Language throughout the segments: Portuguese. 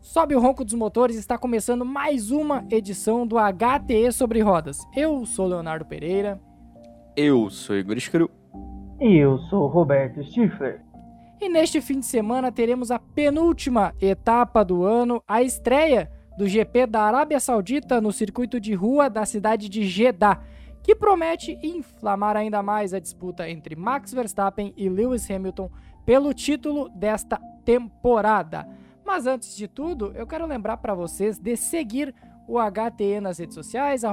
Sobe o ronco dos motores, está começando mais uma edição do HTE sobre rodas. Eu sou Leonardo Pereira. Eu sou Igor Escuro. E eu sou Roberto Stifler. E neste fim de semana teremos a penúltima etapa do ano, a estreia do GP da Arábia Saudita no circuito de rua da cidade de Jeddah, que promete inflamar ainda mais a disputa entre Max Verstappen e Lewis Hamilton pelo título desta temporada. Mas antes de tudo, eu quero lembrar para vocês de seguir o HTE nas redes sociais,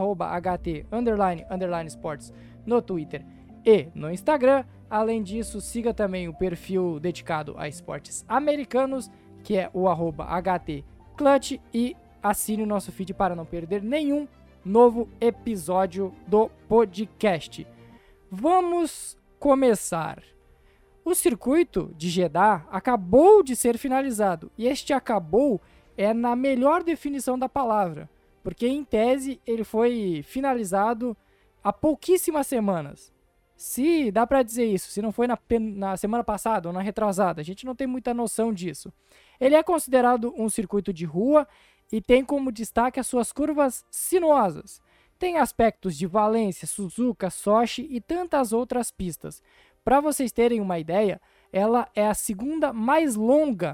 @HT_Sports no Twitter e no Instagram. Além disso, siga também o perfil dedicado a esportes americanos, que é o @HTClutch, e assine o nosso feed para não perder nenhum novo episódio do podcast. Vamos começar. O circuito de Jeddah acabou de ser finalizado, e este acabou é na melhor definição da palavra, porque em tese ele foi finalizado há pouquíssimas semanas. Se dá para dizer isso, se não foi na semana passada ou na retrasada, a gente não tem muita noção disso. Ele é considerado um circuito de rua e tem como destaque as suas curvas sinuosas. Tem aspectos de Valência, Suzuka, Sochi e tantas outras pistas. Para vocês terem uma ideia, ela é a segunda mais longa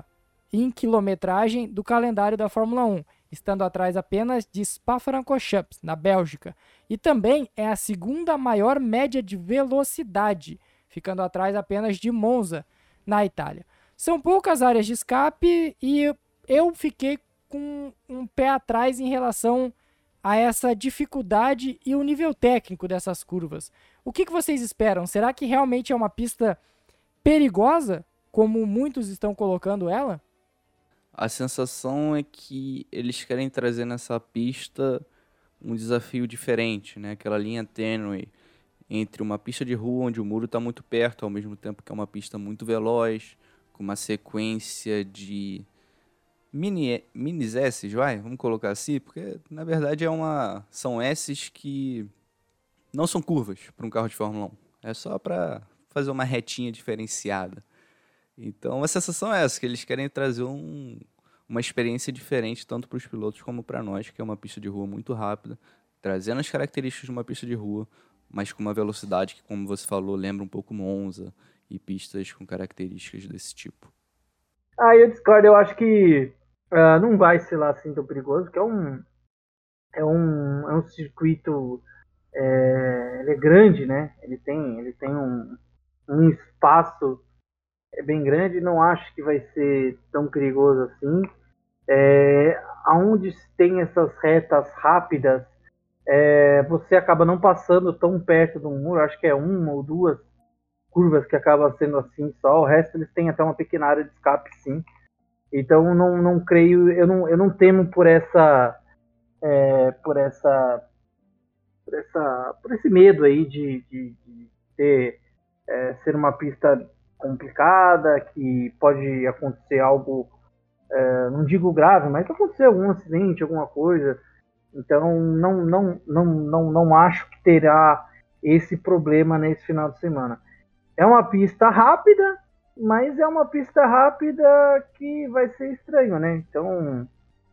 em quilometragem do calendário da Fórmula 1, estando atrás apenas de Spa-Francorchamps, na Bélgica. E também é a segunda maior média de velocidade, ficando atrás apenas de Monza, na Itália. São poucas áreas de escape e eu fiquei com um pé atrás em relação a essa dificuldade e o nível técnico dessas curvas. O que vocês esperam? Será que realmente é uma pista perigosa, como muitos estão colocando ela? A sensação é que eles querem trazer nessa pista um desafio diferente, né? Aquela linha tênue entre uma pista de rua onde o muro está muito perto, ao mesmo tempo que é uma pista muito veloz, com uma sequência de minis S's, vamos colocar assim, porque na verdade são S's que não são curvas para um carro de Fórmula 1. É só para fazer uma retinha diferenciada. Então a sensação é essa, que eles querem trazer uma experiência diferente tanto para os pilotos como para nós, que é uma pista de rua muito rápida, trazendo as características de uma pista de rua, mas com uma velocidade que, como você falou, lembra um pouco Monza e pistas com características desse tipo. Eu discordo, eu acho que não vai ser lá assim tão perigoso, porque é um circuito, ele é grande, né? Ele tem um espaço bem grande, não acho que vai ser tão perigoso assim. Aonde tem essas retas rápidas, você acaba não passando tão perto do muro, acho que é uma ou duas curvas que acaba sendo assim só, o resto eles têm até uma pequena área de escape, sim. Então não creio, eu não temo por esse medo aí de ter, ser uma pista complicada, que pode acontecer algo, não digo grave, mas acontecer algum acidente, alguma coisa. Então não acho que terá esse problema nesse final de semana. É uma pista rápida, mas é uma pista rápida que vai ser estranho, né? Então,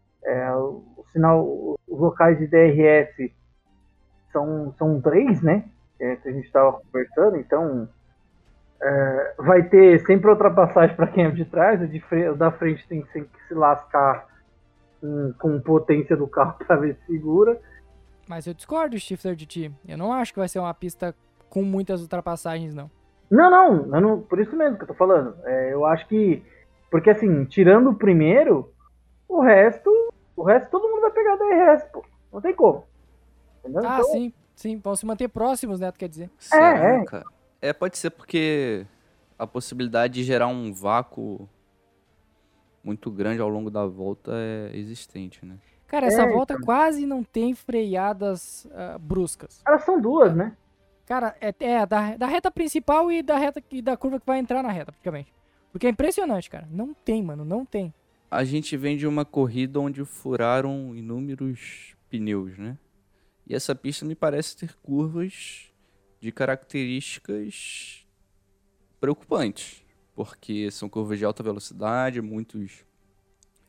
os locais de DRS são 3, né? Que a gente estava conversando, então vai ter sempre ultrapassagem para quem é de trás, o da frente tem que se lascar com potência do carro para ver se segura. Mas eu discordo, Stifler, de ti. Eu não acho que vai ser uma pista com muitas ultrapassagens, não. Não, por isso mesmo que eu tô falando. Eu acho que, porque assim, tirando o primeiro, o resto todo mundo vai pegar DRS, pô. Não tem como. Entendeu? Ah, então, sim. Vão se manter próximos, né, tu quer dizer? Será, cara? Pode ser porque a possibilidade de gerar um vácuo muito grande ao longo da volta é existente, né? Cara, essa volta quase não tem freadas bruscas. Elas são duas, né? Cara, da reta principal e da curva que vai entrar na reta, praticamente. Porque é impressionante, cara. Não tem, mano, não tem. A gente vem de uma corrida onde furaram inúmeros pneus, né? E essa pista me parece ter curvas de características preocupantes, porque são curvas de alta velocidade, muitos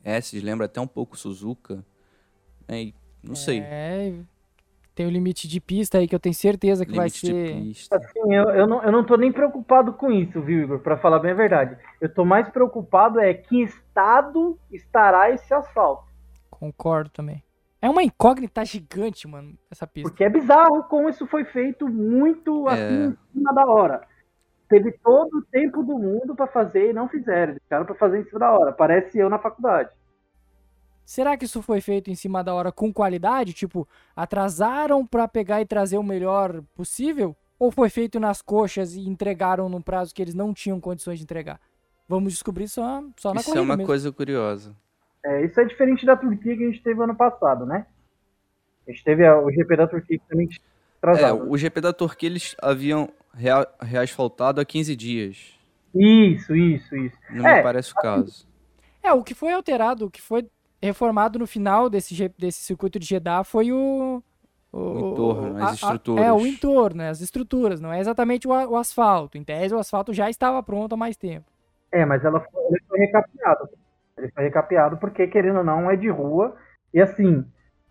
S, lembra até um pouco Suzuka. E não sei. Tem o limite de pista aí que eu tenho certeza que Limite vai de ser. pista. Assim, eu não tô nem preocupado com isso, viu, Igor? Pra falar bem a verdade. Eu tô mais preocupado que estado estará esse asfalto. Concordo também. É uma incógnita gigante, mano, essa pista. Porque é bizarro como isso foi feito muito assim em cima da hora. Teve todo o tempo do mundo pra fazer e não fizeram. Deixaram pra fazer em cima da hora. Parece eu na faculdade. Será que isso foi feito em cima da hora com qualidade? Tipo, atrasaram pra pegar e trazer o melhor possível? Ou foi feito nas coxas e entregaram no prazo que eles não tinham condições de entregar? Vamos descobrir só na corrida Isso é uma mesmo. coisa curiosa. Isso é diferente da Turquia que a gente teve ano passado, né? A gente teve o GP da Turquia que também atrasado. O GP da Turquia eles haviam reasfaltado há 15 dias. Isso. Não me parece o caso. O que foi alterado, o que foi reformado no final desse circuito de Jeddah foi o entorno, as estruturas. O entorno, as estruturas, não é exatamente o asfalto. Em tese, o asfalto já estava pronto há mais tempo. Mas ele foi recapeado. Ele foi recapeado porque, querendo ou não, é de rua. E assim,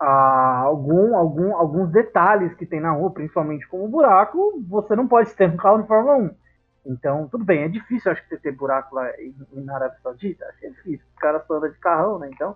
alguns detalhes que tem na rua, principalmente como buraco, você não pode ter um carro de Fórmula 1. Então, tudo bem, é difícil, acho que você ter buraco lá na Arábia Saudita. Acho que é difícil. Os caras só andam de carrão, né? Então.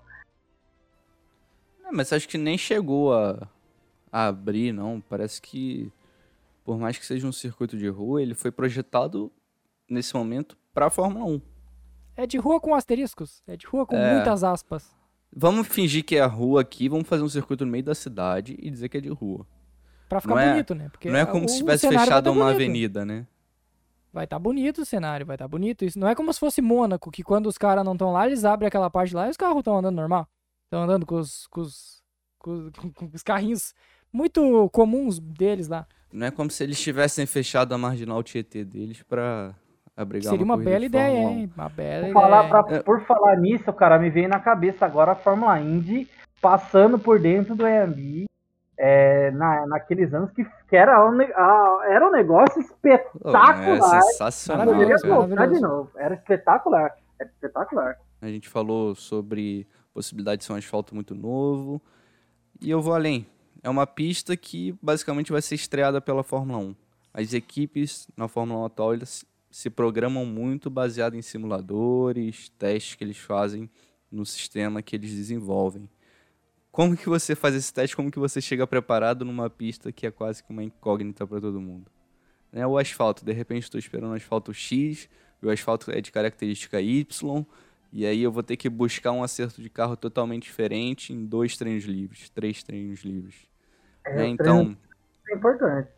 Mas acho que nem chegou a abrir, não. Parece que, por mais que seja um circuito de rua, ele foi projetado nesse momento para a Fórmula 1. É de rua com asteriscos. É de rua com muitas aspas. Vamos fingir que é a rua aqui, vamos fazer um circuito no meio da cidade e dizer que é de rua. Pra ficar bonito, né? Porque não é como se tivesse fechado uma avenida, né? Vai estar bonito o cenário, vai estar bonito. Isso não é como se fosse Mônaco, que quando os caras não estão lá, eles abrem aquela parte lá e os carros estão andando normal. Estão andando com os carrinhos muito comuns deles lá. Não é como se eles tivessem fechado a marginal Tietê deles pra abrigar Seria uma bela ideia, hein? Uma bela ideia. Por falar nisso, cara, me veio na cabeça agora a Fórmula Indy passando por dentro do AMB naqueles anos que era um negócio espetacular. É sensacional. Poderia voltar de novo. Era espetacular. A gente falou sobre possibilidade de ser um asfalto muito novo. E eu vou além. É uma pista que basicamente vai ser estreada pela Fórmula 1. As equipes na Fórmula 1 atual eles se programam muito baseado em simuladores, testes que eles fazem no sistema que eles desenvolvem. Como que você faz esse teste? Como que você chega preparado numa pista que é quase que uma incógnita para todo mundo? O asfalto, de repente estou esperando um asfalto X, e o asfalto é de característica Y, e aí eu vou ter que buscar um acerto de carro totalmente diferente em 2 treinos livres, 3 treinos livres. Então, é importante.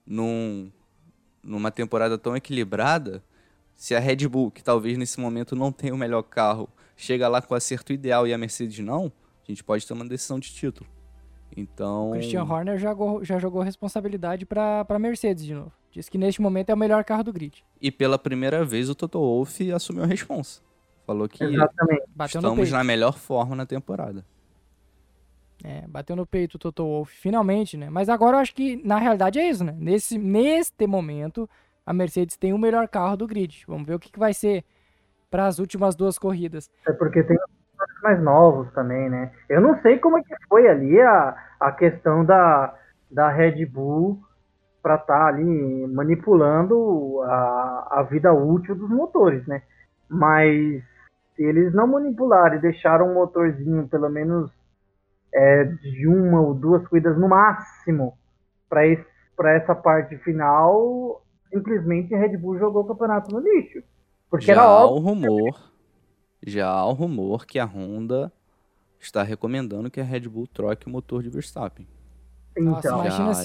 Numa temporada tão equilibrada, se a Red Bull, que talvez nesse momento não tenha o melhor carro, chega lá com o acerto ideal e a Mercedes não, a gente pode ter uma decisão de título. Então, o Christian Horner já jogou responsabilidade para Mercedes de novo. Diz que neste momento é o melhor carro do grid. E pela primeira vez o Toto Wolff assumiu a responsa. Falou que estamos na melhor forma na temporada. Bateu no peito o Toto Wolff, finalmente, né? Mas agora eu acho que, na realidade, é isso, né? Neste momento, a Mercedes tem o melhor carro do grid. Vamos ver o que vai ser para as últimas 2 corridas. É porque tem os mais novos também, né? Eu não sei como é que foi ali a questão da Red Bull para estar ali manipulando a vida útil dos motores, né? Mas se eles não manipularem e deixaram um motorzinho pelo menos de 1 ou 2 corridas no máximo para essa parte final, simplesmente a Red Bull jogou o campeonato no lixo. Porque já há o rumor que a Honda está recomendando que a Red Bull troque o motor de Verstappen. Nossa,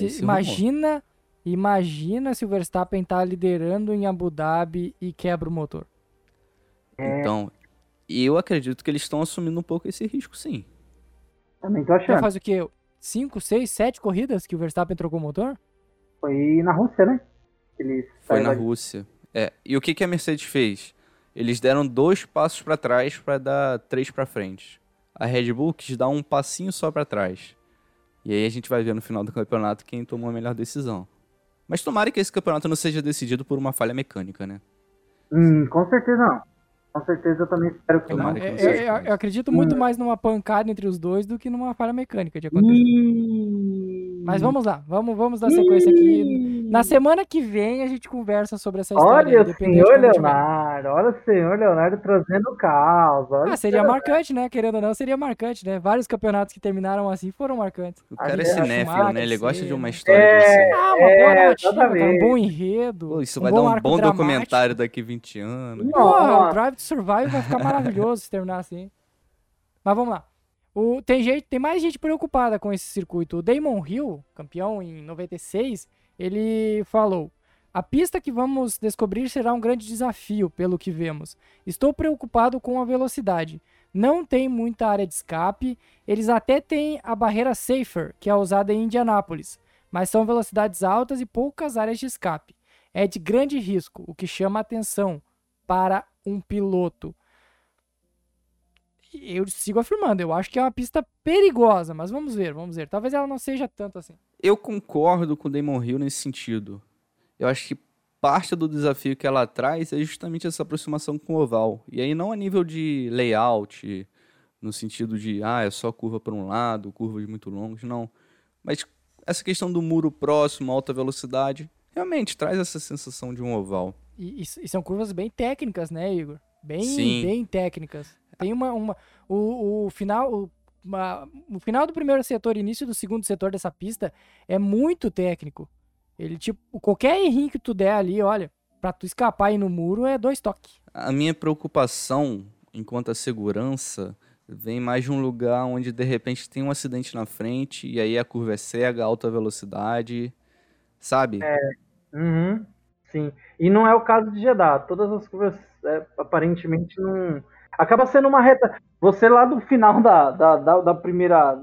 imagina se o Verstappen tá liderando em Abu Dhabi e quebra o motor. Então, eu acredito que eles estão assumindo um pouco esse risco, sim. Também tô achando. Já faz o quê? 5, 6, 7 corridas que o Verstappen trocou o motor? Foi na Rússia, né? Foi na Rússia. E o que a Mercedes fez? Eles deram 2 passos para trás para dar 3 para frente. A Red Bull quis dar um passinho só para trás. E aí a gente vai ver no final do campeonato quem tomou a melhor decisão. Mas tomara que esse campeonato não seja decidido por uma falha mecânica, né? Com certeza não. Com certeza eu também espero que não. Tomara que não seja por Eu isso. acredito muito mais numa pancada entre os dois do que numa falha mecânica de acontecer. Mas vamos lá, vamos dar sequência aqui. Na semana que vem a gente conversa sobre essa história aí, Olha o independente de senhor como tiver. Leonardo, olha o senhor Leonardo trazendo caos. Olha Seria marcante, né? Querendo ou não, seria marcante, né? Vários campeonatos que terminaram assim foram marcantes. O cara é Acho cinéfilo, né? Ele Schumacher, gosta de uma né? história desse. Uma boa narrativa, cara, um exatamente. bom enredo, Pô, isso um vai bom dar um arco bom dramático. documentário daqui 20 anos. Porra, o Nossa. Drive to Survive vai ficar maravilhoso se terminar assim. Mas vamos lá. Tem mais gente preocupada com esse circuito. O Damon Hill, campeão em 96, ele falou: a pista que vamos descobrir será um grande desafio, pelo que vemos. Estou preocupado com a velocidade. Não tem muita área de escape. Eles até têm a barreira Safer, que é usada em Indianápolis, mas são velocidades altas e poucas áreas de escape. É de grande risco, o que chama atenção para um piloto. Eu sigo afirmando, eu acho que é uma pista perigosa, mas vamos ver. Talvez ela não seja tanto assim. Eu concordo com o Damon Hill nesse sentido. Eu acho que parte do desafio que ela traz é justamente essa aproximação com o oval. E aí não a nível de layout, no sentido de, é só curva para um lado, curvas muito longas, não. Mas essa questão do muro próximo, alta velocidade, realmente traz essa sensação de um oval. E são curvas bem técnicas, né, Igor? Sim. Bem técnicas. Tem o final do primeiro setor e início do segundo setor dessa pista é muito técnico. Ele, tipo, qualquer errinho que tu der ali, olha, pra tu escapar aí no muro é 2 toques. A minha preocupação, enquanto a segurança, vem mais de um lugar onde de repente tem um acidente na frente e aí a curva é cega, alta velocidade, sabe? Uhum, sim. E não é o caso de Jeddah. Todas as curvas aparentemente não. Acaba sendo uma reta. Você lá do final da primeira.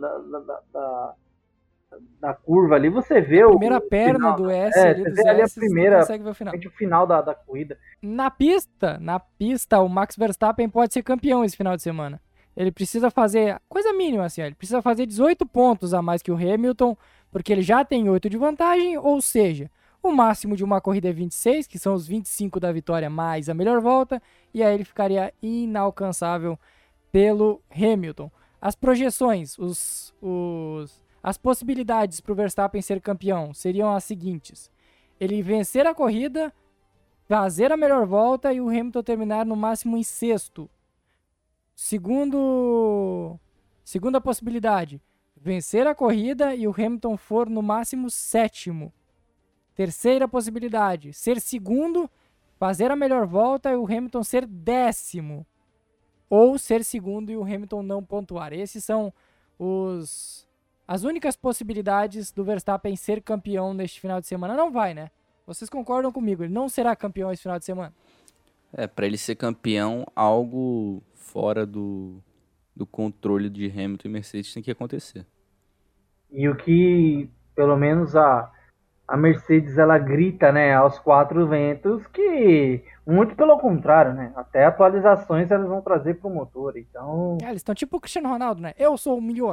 Da curva ali, você vê a primeira perna final, do S ali, você dos vê ali a S, primeira, consegue ver o final. o final da corrida. Na pista, o Max Verstappen pode ser campeão esse final de semana. Ele precisa fazer, coisa mínima assim, ele precisa fazer 18 pontos a mais que o Hamilton, porque ele já tem 8 de vantagem, ou seja, o máximo de uma corrida é 26, que são os 25 da vitória mais a melhor volta, e aí ele ficaria inalcançável pelo Hamilton. As projeções, as possibilidades para o Verstappen ser campeão seriam as seguintes: ele vencer a corrida, fazer a melhor volta e o Hamilton terminar no máximo em sexto. Segunda possibilidade: vencer a corrida e o Hamilton for no máximo sétimo. Terceira possibilidade: ser segundo, fazer a melhor volta e o Hamilton ser décimo. Ou ser segundo e o Hamilton não pontuar. Esses são as únicas possibilidades do Verstappen ser campeão neste final de semana. Não vai, né? Vocês concordam comigo? Ele não será campeão esse final de semana? Para ele ser campeão, algo fora do controle de Hamilton e Mercedes tem que acontecer. E o que, pelo menos a Mercedes, ela grita, né, aos 4 ventos, que muito pelo contrário, né? Até atualizações elas vão trazer pro motor, então... Eles estão tipo o Cristiano Ronaldo, né? Eu sou o melhor.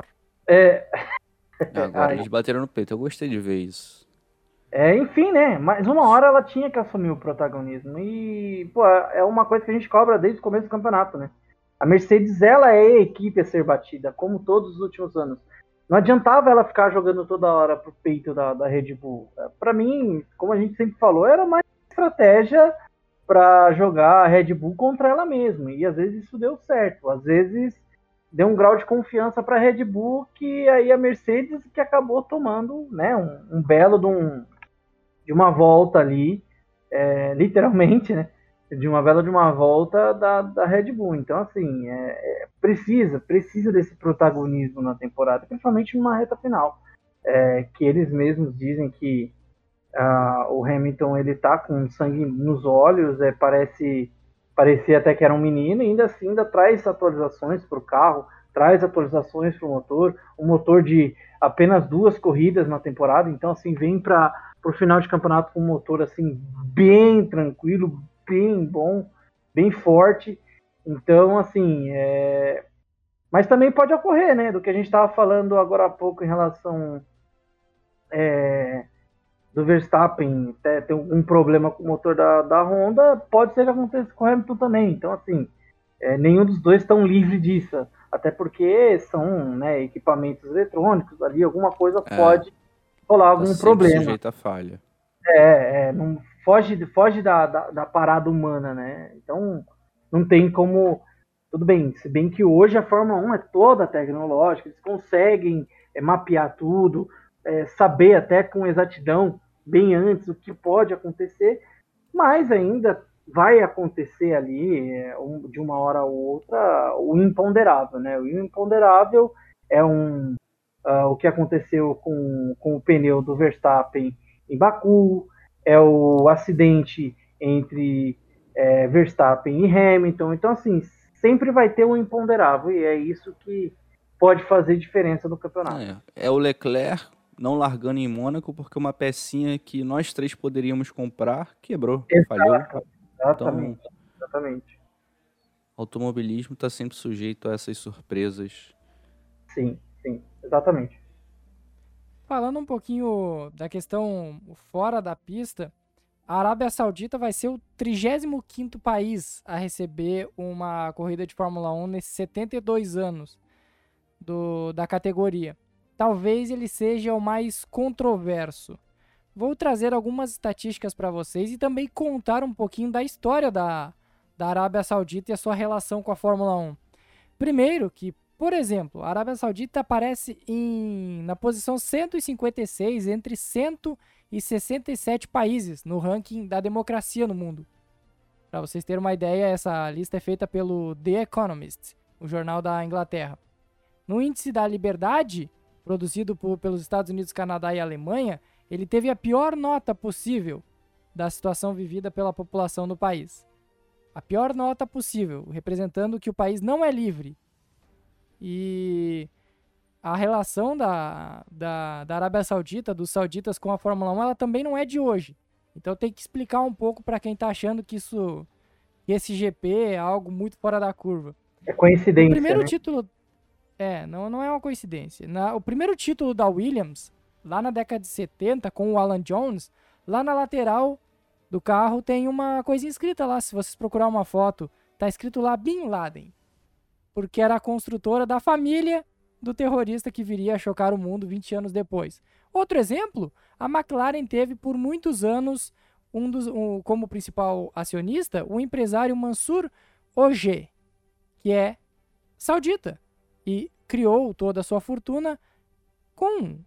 Agora eles bateram no peito, eu gostei de ver isso. Enfim, né? Mas uma hora ela tinha que assumir o protagonismo. E, pô, é uma coisa que a gente cobra desde o começo do campeonato, né? A Mercedes, ela é a equipe a ser batida, como todos os últimos anos. Não adiantava ela ficar jogando toda hora pro peito da Red Bull. Para mim, como a gente sempre falou, era mais estratégia para jogar a Red Bull contra ela mesma. E às vezes isso deu certo. Às vezes deu um grau de confiança para a Red Bull que aí a Mercedes que acabou tomando, né, um belo de uma volta ali, literalmente, né? De uma bela de uma volta da Red Bull. Então, assim, precisa desse protagonismo na temporada, principalmente numa reta final. Que eles mesmos dizem que o Hamilton, ele tá com sangue nos olhos, parecia até que era um menino, e ainda assim ainda traz atualizações para o carro, traz atualizações para o motor de apenas 2 corridas na temporada, então assim, vem para o final de campeonato com um motor assim, bem tranquilo, bem bom, bem forte. Então, assim, mas também pode ocorrer, né, do que a gente estava falando agora há pouco em relação do Verstappen ter um problema com o motor da Honda, pode ser que aconteça com o Hamilton também. Então, assim, nenhum dos dois estão livre disso, até porque são, né, equipamentos eletrônicos ali, alguma coisa pode rolar algum sempre problema. Sujeito a falha. Não foge da parada humana, né? Então não tem como. Tudo bem, se bem que hoje a Fórmula 1 é toda tecnológica, eles conseguem mapear tudo, saber até com exatidão, bem antes, o que pode acontecer, mas ainda vai acontecer ali, de uma hora a outra, o imponderável, né? O imponderável é o que aconteceu com o pneu do Verstappen em Baku, é o acidente entre Verstappen e Hamilton. Então, assim, sempre vai ter um imponderável, e é isso que pode fazer diferença no campeonato. É o Leclerc não largando em Mônaco porque uma pecinha que nós três poderíamos comprar quebrou, falhou. Exatamente. Então, exatamente. Automobilismo está sempre sujeito a essas surpresas. Sim, exatamente. Falando um pouquinho da questão fora da pista, a Arábia Saudita vai ser o 35º país a receber uma corrida de Fórmula 1 nesses 72 anos da categoria. Talvez ele seja o mais controverso. Vou trazer algumas estatísticas para vocês e também contar um pouquinho da história da Arábia Saudita e a sua relação com a Fórmula 1. Primeiro que, por exemplo, a Arábia Saudita aparece na posição 156 entre 167 países no ranking da democracia no mundo. Para vocês terem uma ideia, essa lista é feita pelo The Economist, o jornal da Inglaterra. No índice da liberdade, produzido pelos Estados Unidos, Canadá e Alemanha, ele teve a pior nota possível da situação vivida pela população do país. A pior nota possível, representando que o país não é livre. E a relação da Arábia Saudita, dos sauditas com a Fórmula 1, ela também não é de hoje. Então tem que explicar um pouco para quem está achando que esse GP é algo muito fora da curva. É coincidência, o primeiro né? título... não é uma coincidência. O primeiro título da Williams, lá na década de 70, com o Alan Jones, lá na lateral do carro tem uma coisinha escrita lá. Se vocês procurar uma foto, tá escrito lá Bin Laden. Porque era a construtora da família do terrorista que viria a chocar o mundo 20 anos depois. Outro exemplo, a McLaren teve por muitos anos como principal acionista o empresário Mansur Ojeh, que é saudita, e criou toda a sua fortuna com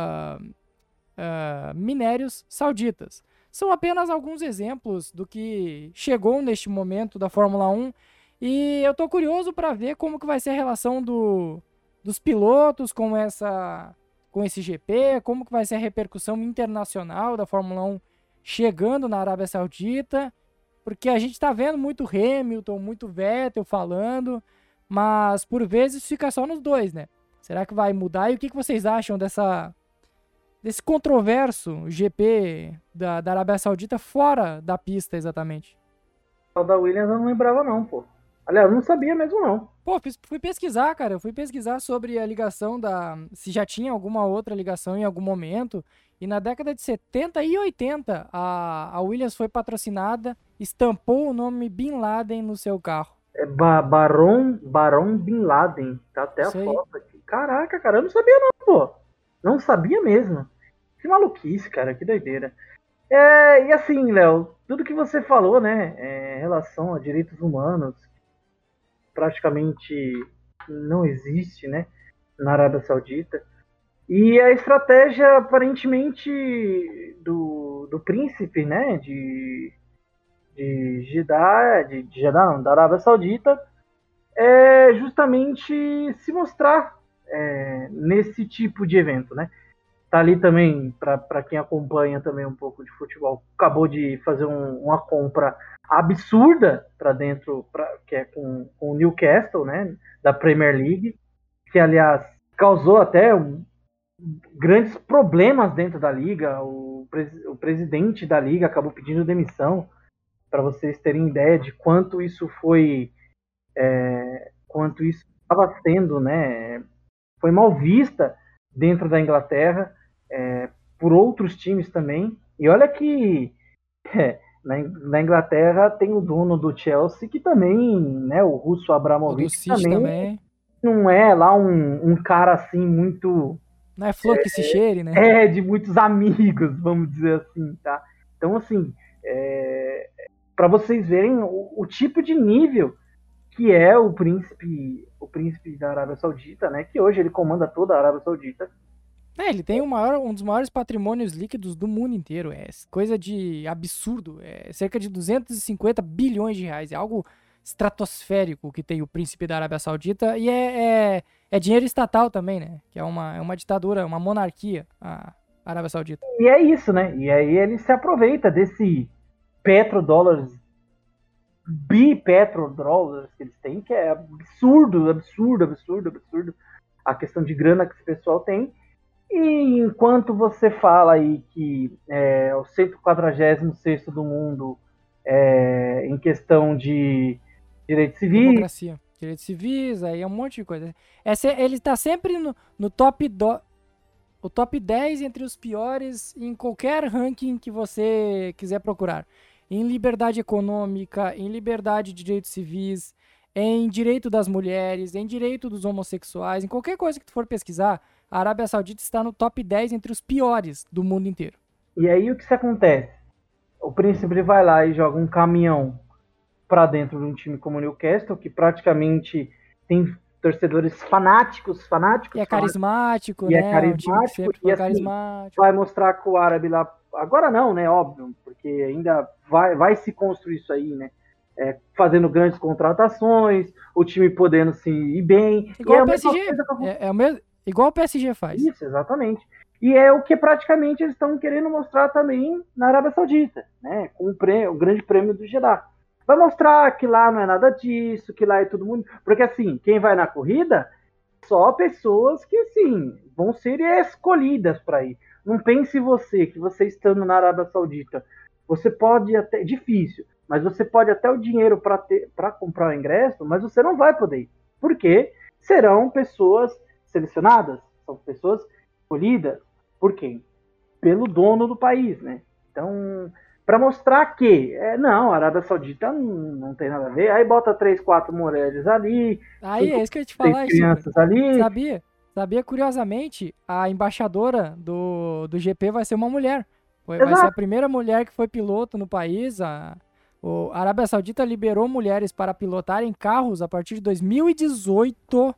minérios sauditas. São apenas alguns exemplos do que chegou neste momento da Fórmula 1. E eu tô curioso para ver como que vai ser a relação dos pilotos com esse GP, como que vai ser a repercussão internacional da Fórmula 1 chegando na Arábia Saudita, porque a gente tá vendo muito Hamilton, muito Vettel falando, mas por vezes fica só nos dois, né? Será que vai mudar? E o que vocês acham desse controverso GP da Arábia Saudita fora da pista, exatamente? O da Williams eu não lembrava não, pô. Aliás, eu não sabia mesmo não. Pô, fui pesquisar, cara. Eu fui pesquisar sobre a ligação se já tinha alguma outra ligação em algum momento. E na década de 70 e 80, a Williams foi patrocinada, estampou o nome Bin Laden no seu carro. É Barão Bin Laden. Tá até Isso a aí. foto aqui. Caraca, cara, eu não sabia não, pô. Não sabia mesmo. Que maluquice, cara, que doideira. E assim, Léo, tudo que você falou, né, em relação a direitos humanos, praticamente não existe, né, na Arábia Saudita. E a estratégia, aparentemente, do príncipe, né, de Jeddah, não, da Arábia Saudita, é justamente se mostrar nesse tipo de evento, né. Tá ali também, para quem acompanha também um pouco de futebol, acabou de fazer uma compra absurda para dentro, que é com o Newcastle, né, da Premier League, que aliás causou até grandes problemas dentro da liga. O presidente da liga acabou pedindo demissão, para vocês terem ideia de quanto isso estava sendo, né, foi mal vista dentro da Inglaterra, por outros times também. E olha que Na Inglaterra tem o dono do Chelsea, que também, né, o russo O do Abramovich City também. não é lá um cara assim muito Não é flor que se cheire, né? de muitos amigos, vamos dizer assim, tá? Então, assim, para vocês verem o tipo de nível que é o príncipe da Arábia Saudita, né? Que hoje ele comanda toda a Arábia Saudita. Ele tem um dos maiores patrimônios líquidos do mundo inteiro. É coisa de absurdo. É cerca de 250 bilhões de reais. É algo estratosférico que tem o príncipe da Arábia Saudita. E é dinheiro estatal também, né? Que é uma ditadura, uma monarquia, a Arábia Saudita. E é isso, né? E aí ele se aproveita desse petrodólares, bipetrodólares que eles têm, que é absurdo a questão de grana que esse pessoal tem. E enquanto você fala aí que é o 146º do mundo em questão de direitos civis, Democracia. Direitos civis, aí é um monte de coisa. Ele tá sempre no top o top 10 entre os piores em qualquer ranking que você quiser procurar. Em liberdade econômica, em liberdade de direitos civis, em direito das mulheres, em direito dos homossexuais, em qualquer coisa que tu for pesquisar, a Arábia Saudita está no top 10 entre os piores do mundo inteiro. E aí o que se acontece? O príncipe ele vai lá e joga um caminhão para dentro de um time como o Newcastle, que praticamente tem torcedores fanáticos. E é carismático, e né? É carismático, um time que sempre foi carismático. Vai mostrar que o árabe lá... Agora não, né? Óbvio, porque ainda vai se construir isso aí, né? Fazendo grandes contratações, o time podendo se ir bem. Igual o PSG. Igual o PSG faz. Isso, exatamente. E é o que praticamente eles estão querendo mostrar também na Arábia Saudita, né? Com o Grande Prêmio do Jeddah. Vai mostrar que lá não é nada disso, que lá é todo mundo... Porque, assim, quem vai na corrida, só pessoas que, assim, vão ser escolhidas para ir. Não pense que você estando na Arábia Saudita, você pode até... Difícil, mas você pode até o dinheiro para comprar o ingresso, mas você não vai poder ir. Por quê? Serão pessoas selecionadas, são pessoas escolhidas. Por quem? Pelo dono do país, né? Então... para mostrar que, não, a Arábia Saudita não tem nada a ver. Aí bota 3, 4 mulheres ali. Aí é isso que eu ia te falar. Crianças ali. Sabia, curiosamente, a embaixadora do GP vai ser uma mulher. Vai ser a primeira mulher que foi piloto no país. A Arábia Saudita liberou mulheres para pilotarem carros a partir de 2018.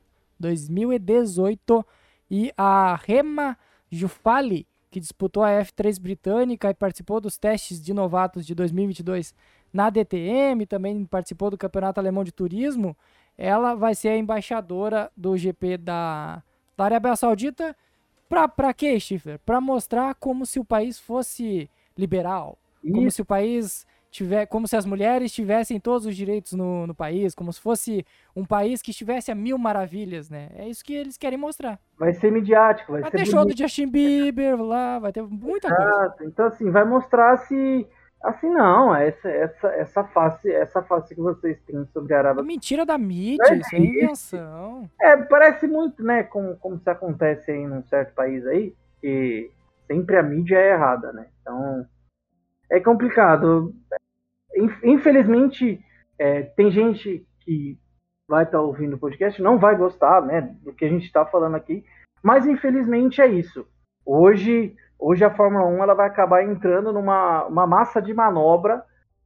E a Rema Jufali, que disputou a F3 britânica e participou dos testes de novatos de 2022 na DTM, também participou do Campeonato Alemão de Turismo, ela vai ser a embaixadora do GP da Arábia Saudita. Pra quê, Stifler? Pra mostrar como se o país fosse liberal, como se o país como se as mulheres tivessem todos os direitos no país, como se fosse um país que estivesse a mil maravilhas, né? É isso que eles querem mostrar. Vai ser midiático, vai ter show do Justin Bieber lá, vai ter muita coisa. Então, assim, vai mostrar se... Assim, não, essa face que vocês têm sobre a Arábia... Mentira da mídia, isso é invenção. Parece muito, né, como se acontece aí num certo país aí, que sempre a mídia é errada, né? Então, é complicado. Infelizmente, tem gente que vai estar ouvindo o podcast, não vai gostar, né, do que a gente está falando aqui, mas infelizmente é isso. Hoje a Fórmula 1 ela vai acabar entrando numa massa de manobra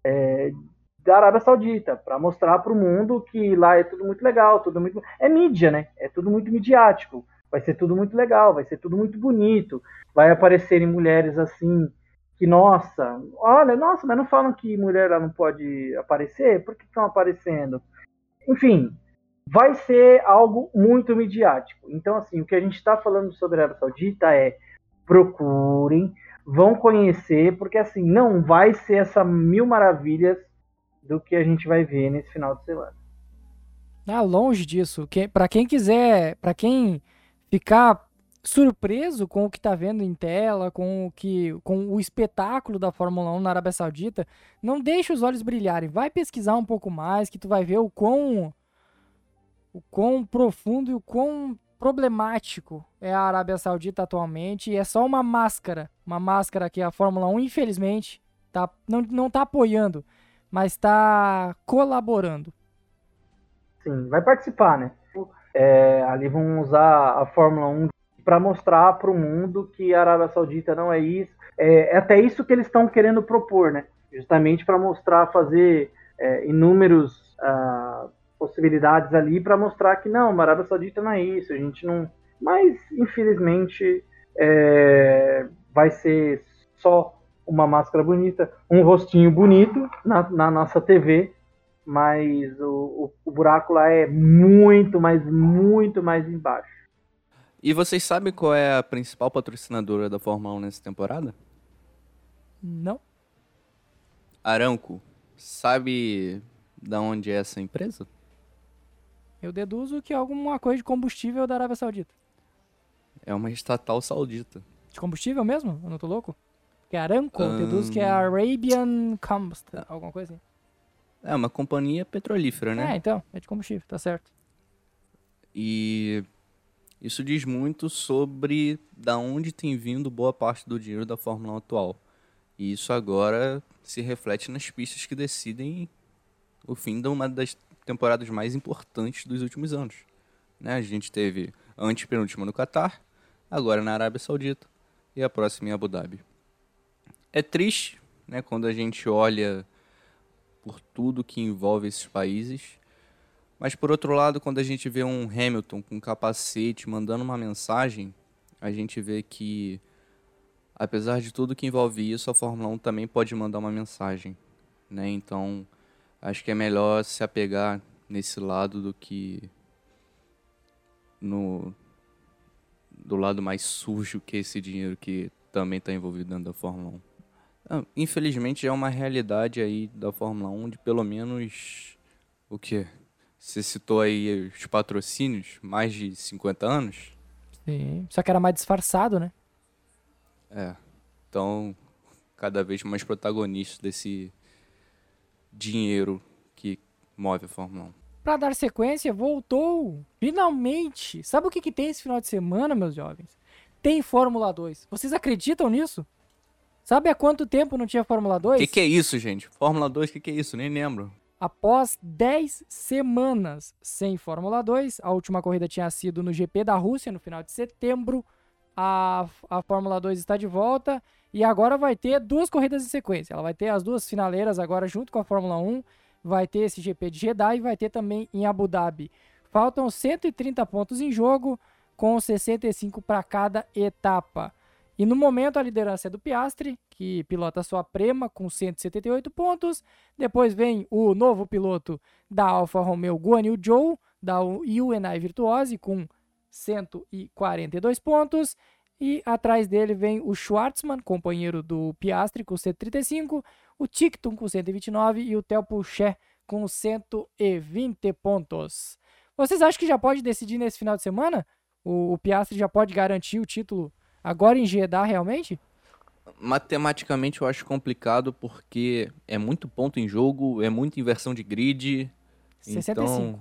da Arábia Saudita, para mostrar para o mundo que lá é tudo muito legal, tudo muito... É mídia, né? É tudo muito midiático, vai ser tudo muito legal, vai ser tudo muito bonito, vai aparecerem mulheres assim, que nossa, mas não falam que mulher não pode aparecer? Por que estão aparecendo? Enfim, vai ser algo muito midiático. Então, assim, o que a gente está falando sobre a Arábia Saudita procurem, vão conhecer, porque assim, não vai ser essa mil maravilhas do que a gente vai ver nesse final de semana. Longe disso. Para quem quiser, para quem ficar surpreso com o que tá vendo em tela, com o espetáculo da Fórmula 1 na Arábia Saudita, não deixe os olhos brilharem. Vai pesquisar um pouco mais, que tu vai ver o quão profundo e o quão problemático é a Arábia Saudita atualmente. E é só uma máscara que a Fórmula 1, infelizmente, não tá apoiando, mas tá colaborando. Sim, vai participar, né? Ali vão usar a Fórmula 1 para mostrar para o mundo que a Arábia Saudita não é isso. É até isso que eles estão querendo propor, né? Justamente para mostrar, fazer inúmeros possibilidades ali para mostrar que não, a Arábia Saudita não é isso, a gente não... Mas, infelizmente, vai ser só uma máscara bonita, um rostinho bonito na nossa TV, mas o buraco lá é muito mais embaixo. E vocês sabem qual é a principal patrocinadora da Fórmula 1 nessa temporada? Não? Aramco. Sabe da onde é essa empresa? Eu deduzo que é alguma coisa de combustível da Arábia Saudita. É uma estatal saudita. De combustível mesmo? Eu não tô louco? Porque Aramco, eu deduzo que é Arabian Combustion, alguma coisa assim. É uma companhia petrolífera, né? Então, é de combustível, tá certo. E isso diz muito sobre da onde tem vindo boa parte do dinheiro da Fórmula 1 atual. E isso agora se reflete nas pistas que decidem o fim de uma das temporadas mais importantes dos últimos anos. Né? A gente teve a antepenúltima no Catar, agora na Arábia Saudita e a próxima em Abu Dhabi. É triste, né, quando a gente olha por tudo que envolve esses países, mas por outro lado, quando a gente vê um Hamilton com capacete mandando uma mensagem, a gente vê que, apesar de tudo que envolve isso, a Fórmula 1 também pode mandar uma mensagem, né? Então, acho que é melhor se apegar nesse lado do que do lado mais sujo que esse dinheiro que também está envolvido dentro da Fórmula 1. Infelizmente, é uma realidade aí da Fórmula 1 de pelo menos o quê? Você citou aí os patrocínios, mais de 50 anos? Sim, só que era mais disfarçado, né? Então, cada vez mais protagonistas desse dinheiro que move a Fórmula 1. Pra dar sequência, voltou, finalmente. Sabe o que tem esse final de semana, meus jovens? Tem Fórmula 2. Vocês acreditam nisso? Sabe há quanto tempo não tinha Fórmula 2? O que é isso, gente? Fórmula 2, o que é isso? Nem lembro. Após 10 semanas sem Fórmula 2, a última corrida tinha sido no GP da Rússia, no final de setembro. A Fórmula 2 está de volta e agora vai ter 2 corridas em sequência. Ela vai ter as 2 finaleiras agora junto com a Fórmula 1. Vai ter esse GP de Jeddah e vai ter também em Abu Dhabi. Faltam 130 pontos em jogo, com 65 para cada etapa. E no momento a liderança é do Piastri, que pilota sua Prema com 178 pontos. Depois vem o novo piloto da Alfa Romeo, Guan Yu Zhou, da UNI Virtuose, com 142 pontos. E atrás dele vem o Schwartzman, companheiro do Piastri, com 135, o Ticktum com 129 e o Theo Pourchaire com 120 pontos. Vocês acham que já pode decidir nesse final de semana? O Piastri já pode garantir o título agora em Jeddah realmente? Matematicamente eu acho complicado porque é muito ponto em jogo, é muita inversão de grid. 65.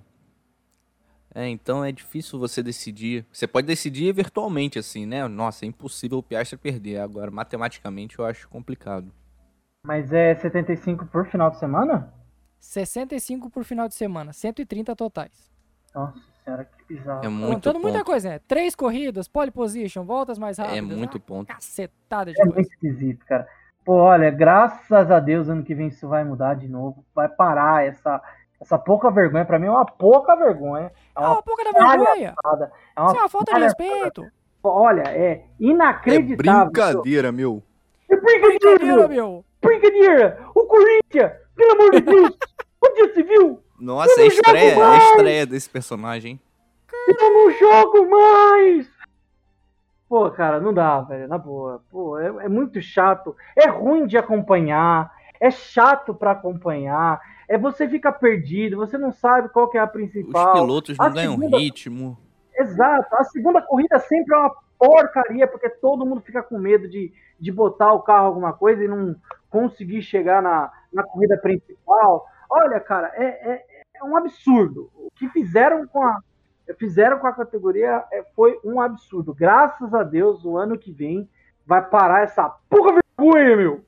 Então é difícil você decidir. Você pode decidir virtualmente, assim, né? Nossa, é impossível o Piastri perder. Agora, matematicamente, eu acho complicado. Mas é 75 por final de semana? 65 por final de semana, 130 totais. Nossa senhora, que bizarro. É muito Contando muita ponto. coisa, né? 3 corridas, pole position, voltas mais rápidas. É muito ponto. Cacetada de É coisa. muito esquisito, cara. Pô, olha, graças a Deus, ano que vem isso vai mudar de novo. Vai parar essa pouca vergonha. Pra mim é uma pouca vergonha. É uma pouca da vergonha. palhaçada. Isso é uma falta de respeito. Olha, é inacreditável. É brincadeira, meu. É Brincadeira, meu. Brincadeira! O Corinthians! Pelo amor de Deus! Onde já se viu? Nossa, é a estreia desse personagem, hein? Eu não jogo mais! Pô, cara, não dá, velho, na boa. Pô, é muito chato. É ruim de acompanhar. É chato pra acompanhar. Você fica perdido, você não sabe qual que é a principal. Os pilotos não ganham ritmo. Exato. A segunda corrida sempre é uma porcaria, porque todo mundo fica com medo de botar o carro alguma coisa e não conseguir chegar na corrida principal. Olha, cara, é um absurdo. O que fizeram com a categoria foi um absurdo. Graças a Deus, o ano que vem vai parar essa porra vergonha, meu.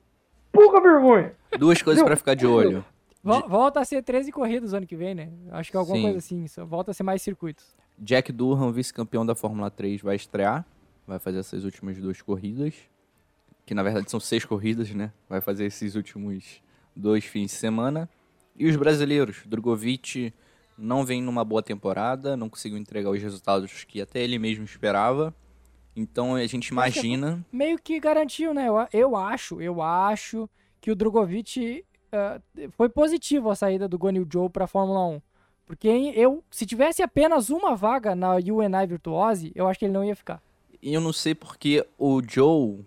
Pouca vergonha. 2 coisas pra ficar de olho. Volta a ser 13 corridas ano que vem, né? Acho que alguma Sim. coisa assim. Só volta a ser mais circuitos. Jack Durham, vice-campeão da Fórmula 3, vai estrear. Vai fazer essas últimas 2 corridas. Que na verdade são 6 corridas, né? Vai fazer esses últimos 2 fins de semana. E os brasileiros, Drogovic não vem numa boa temporada, não conseguiu entregar os resultados que até ele mesmo esperava. Então a gente imagina... Meio que garantiu, né? Eu acho que o Drogovic foi positivo a saída do Guan Yu Zhou pra Fórmula 1. Porque se tivesse apenas uma vaga na UNI Virtuose, eu acho que ele não ia ficar. E eu não sei porque o Joe,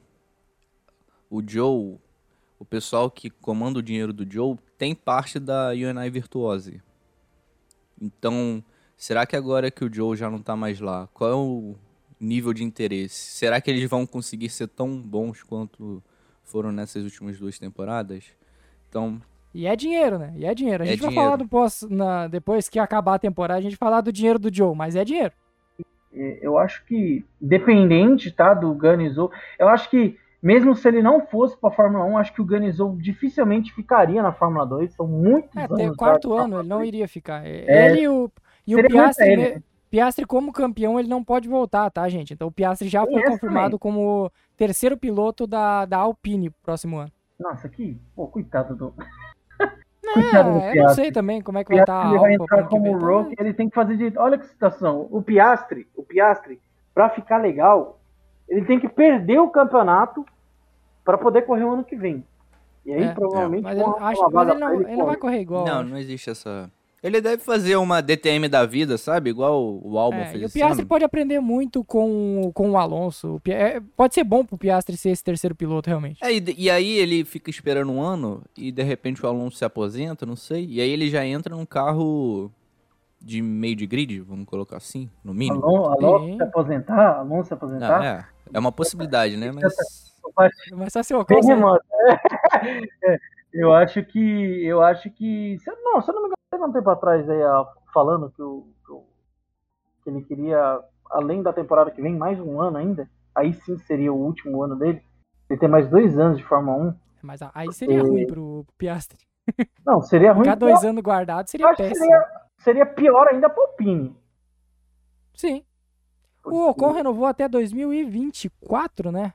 o pessoal que comanda o dinheiro do Joe, tem parte da UNI Virtuose. Então, será que agora que o Joe já não tá mais lá, qual é o nível de interesse? Será que eles vão conseguir ser tão bons quanto foram nessas últimas 2 temporadas? Então... E é dinheiro, né? E é dinheiro. A gente vai dinheiro. falar depois que acabar a temporada, a gente vai falar do dinheiro do Joe, mas é dinheiro. Eu acho que, dependente, tá, do Guan Yu Zhou, eu acho que, mesmo se ele não fosse pra Fórmula 1, acho que o Guan Yu Zhou dificilmente ficaria na Fórmula 2. São muitos anos. Até o quarto ano, ele não iria ficar. É, Ele e o seria bom pra ele, né? Piastri, como campeão, ele não pode voltar, tá, gente? Então o Piastri já Tem foi essa confirmado também. como terceiro piloto da Alpine próximo ano. Nossa, coitado do... Coitado do Eu não Piastri. sei também como é que O vai estar Piastri a ele vai Alfa pro entrar ano que como vem. rookie, ele tem que fazer de... Olha que situação, o Piastri, pra ficar legal, ele tem que perder o campeonato pra poder correr o ano que vem. E aí, provavelmente, Mas, vão arrumar uma vaga ele pra não vai correr igual. Não, acho. não existe essa... Ele deve fazer uma DTM da vida, sabe? Igual o Albon fez E o esse Piastri ano. pode aprender muito com o Alonso. Pode ser bom pro Piastri ser esse terceiro piloto, realmente. E aí ele fica esperando um ano e de repente o Alonso se aposenta, não sei. E aí ele já entra num carro de meio de grid, vamos colocar assim, no mínimo. Alonso se aposentar? Não, é uma possibilidade, né? Mas... Mas só se o Bem Ocon remoto. Eu acho que se eu não me engano, teve um tempo atrás aí, falando que ele queria, além da temporada que vem, mais um ano ainda. Aí sim seria o último ano dele. Ele tem mais 2 anos de Fórmula 1. Mas aí seria ruim pro Piastri. Não, seria ruim. Ficar 2 anos guardado seria Acho que péssimo. seria pior ainda pro Alpine. Sim. O Ocon renovou até 2024, né?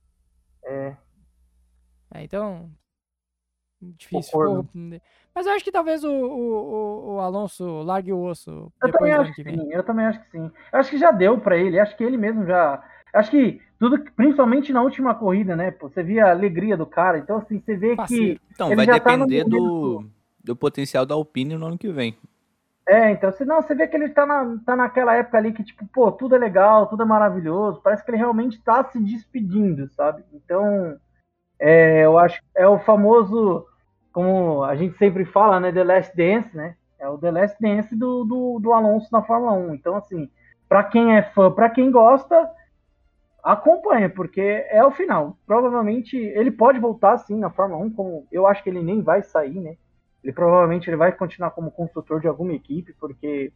Então, difícil. Concordo. Mas eu acho que talvez o Alonso largue o osso Eu depois também do acho ano que que vem. sim, eu também acho que sim. Eu acho que já deu pra ele, acho que ele mesmo já... Acho que tudo, principalmente na última corrida, né? Pô, você via a alegria do cara, então assim, você vê Parceiro. que Então, ele vai já tá no depender momento... do potencial da Alpine no ano que vem. Então, você vê que ele tá naquela época ali que, tipo, pô, tudo é legal, tudo é maravilhoso, parece que ele realmente tá se despedindo, sabe? Então, eu acho que é o famoso, como a gente sempre fala, né, The Last Dance, né? É o The Last Dance do Alonso na Fórmula 1. Então, assim, pra quem é fã, pra quem gosta, acompanha, porque é o final. Provavelmente ele pode voltar, sim, na Fórmula 1, como eu acho que ele nem vai sair, né? Ele vai continuar como construtor de alguma equipe, porque